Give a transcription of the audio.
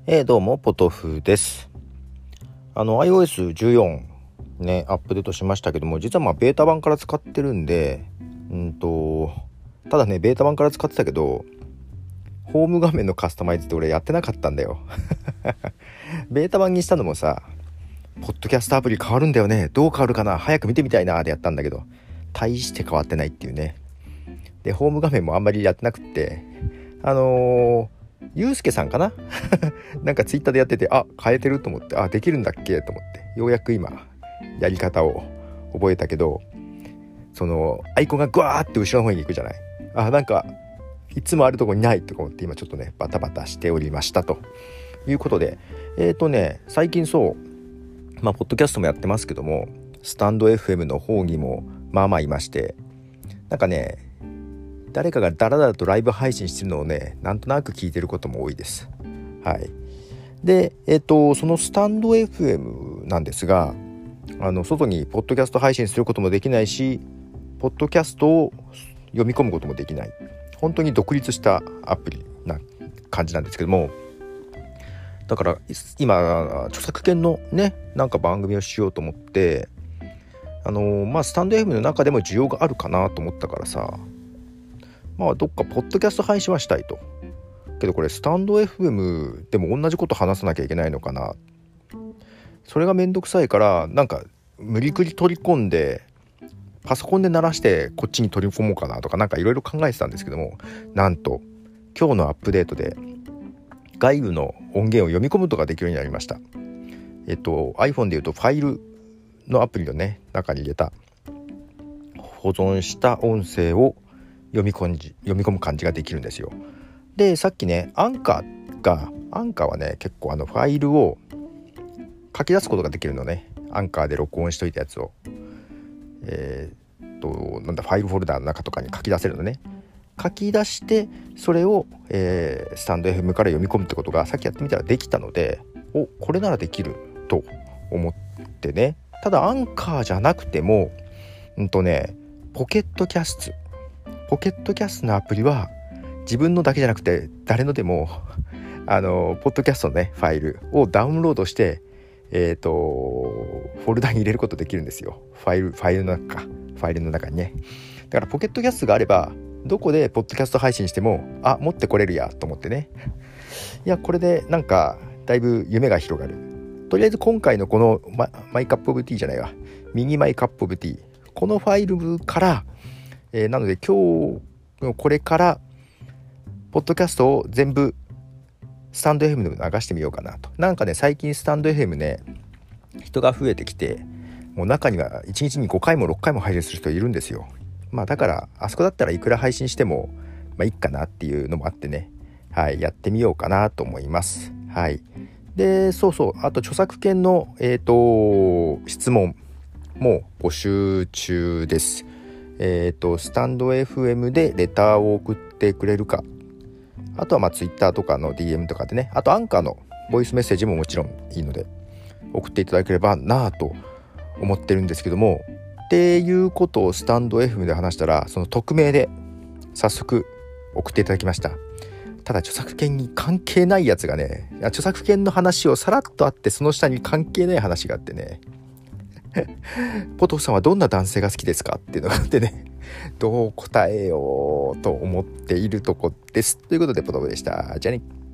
どうもポトフです。iOS14 ねアップデートしましたけども、実はベータ版から使ってるんで、ただねベータ版から使ってたけどホーム画面のカスタマイズって俺やってなかったんだよベータ版にしたのもさ、ポッドキャストアプリ変わるんだよね、どう変わるかな、早く見てみたいなでやったんだけど、大して変わってないっていうね。でホーム画面もあんまりやってなくって、ゆうすけさんかななんかツイッターでやってて、変えてると思って、できるんだっけと思って、ようやく今やり方を覚えたけど、そのアイコンがグワーって後ろの方に行くじゃない。なんかいつもあるとこにないとか思って、今ちょっとねバタバタしておりましたということで、最近そうポッドキャストもやってますけども、スタンド FM の方にもいまして、なんかね誰かがダラダラとライブ配信してるのをね、なんとなく聞いてることも多いです。はい。で、そのスタンド FM なんですが、外にポッドキャスト配信することもできないし、ポッドキャストを読み込むこともできない、本当に独立したアプリな感じなんですけども、だから今著作権のねなんか番組をしようと思って、スタンド FM の中でも需要があるかなと思ったからさ、どっかポッドキャスト配信はしたいと。けどこれスタンド FM でも同じこと話さなきゃいけないのかな、それがめんどくさいから、なんか無理くり取り込んでパソコンで鳴らしてこっちに取り込もうかなとか、なんかいろいろ考えてたんですけども、なんと今日のアップデートで外部の音源を読み込むことができるようになりました。iPhone でいうとファイルのアプリのね中に入れた保存した音声を読み込む感じができるんですよ。でさっきねアンカーはね結構ファイルを書き出すことができるのね。アンカーで録音しといたやつをファイルフォルダーの中とかに書き出せるのね。書き出してそれを、スタンド FM から読み込むってことがさっきやってみたらできたので、これならできると思ってね。ただアンカーじゃなくてもポケットキャストのアプリは自分のだけじゃなくて誰のでもポッドキャストのねファイルをダウンロードしてフォルダに入れることできるんですよ。ファイルの中にね。だからポケットキャストがあればどこでポッドキャスト配信しても持ってこれるやと思ってね。いやこれでなんかだいぶ夢が広がる。とりあえず今回のこのマイカップオブティーじゃないわミニマイカップオブティー、このファイルから、なので今日これからポッドキャストを全部スタンド FM で流してみようかなと。なんかね最近スタンド FM ね人が増えてきて、もう中には1日に5回も6回も配信する人いるんですよ。だからあそこだったらいくら配信してもいいかなっていうのもあってね、やってみようかなと思います。であと著作権の質問も募集中です。スタンド FM でレターを送ってくれるか、あとはツイッターとかの DM とかでね、あとアンカーのボイスメッセージももちろんいいので送っていただければなと思ってるんですけども、っていうことをスタンド FM で話したら、その匿名で早速送っていただきました。ただ著作権に関係ないやつがね、著作権の話をさらっとあって、その下に関係ない話があってねポトフさんはどんな男性が好きですかっていうのがあってね、どう答えようと思っているとこです。ということでポトフでした。じゃあね。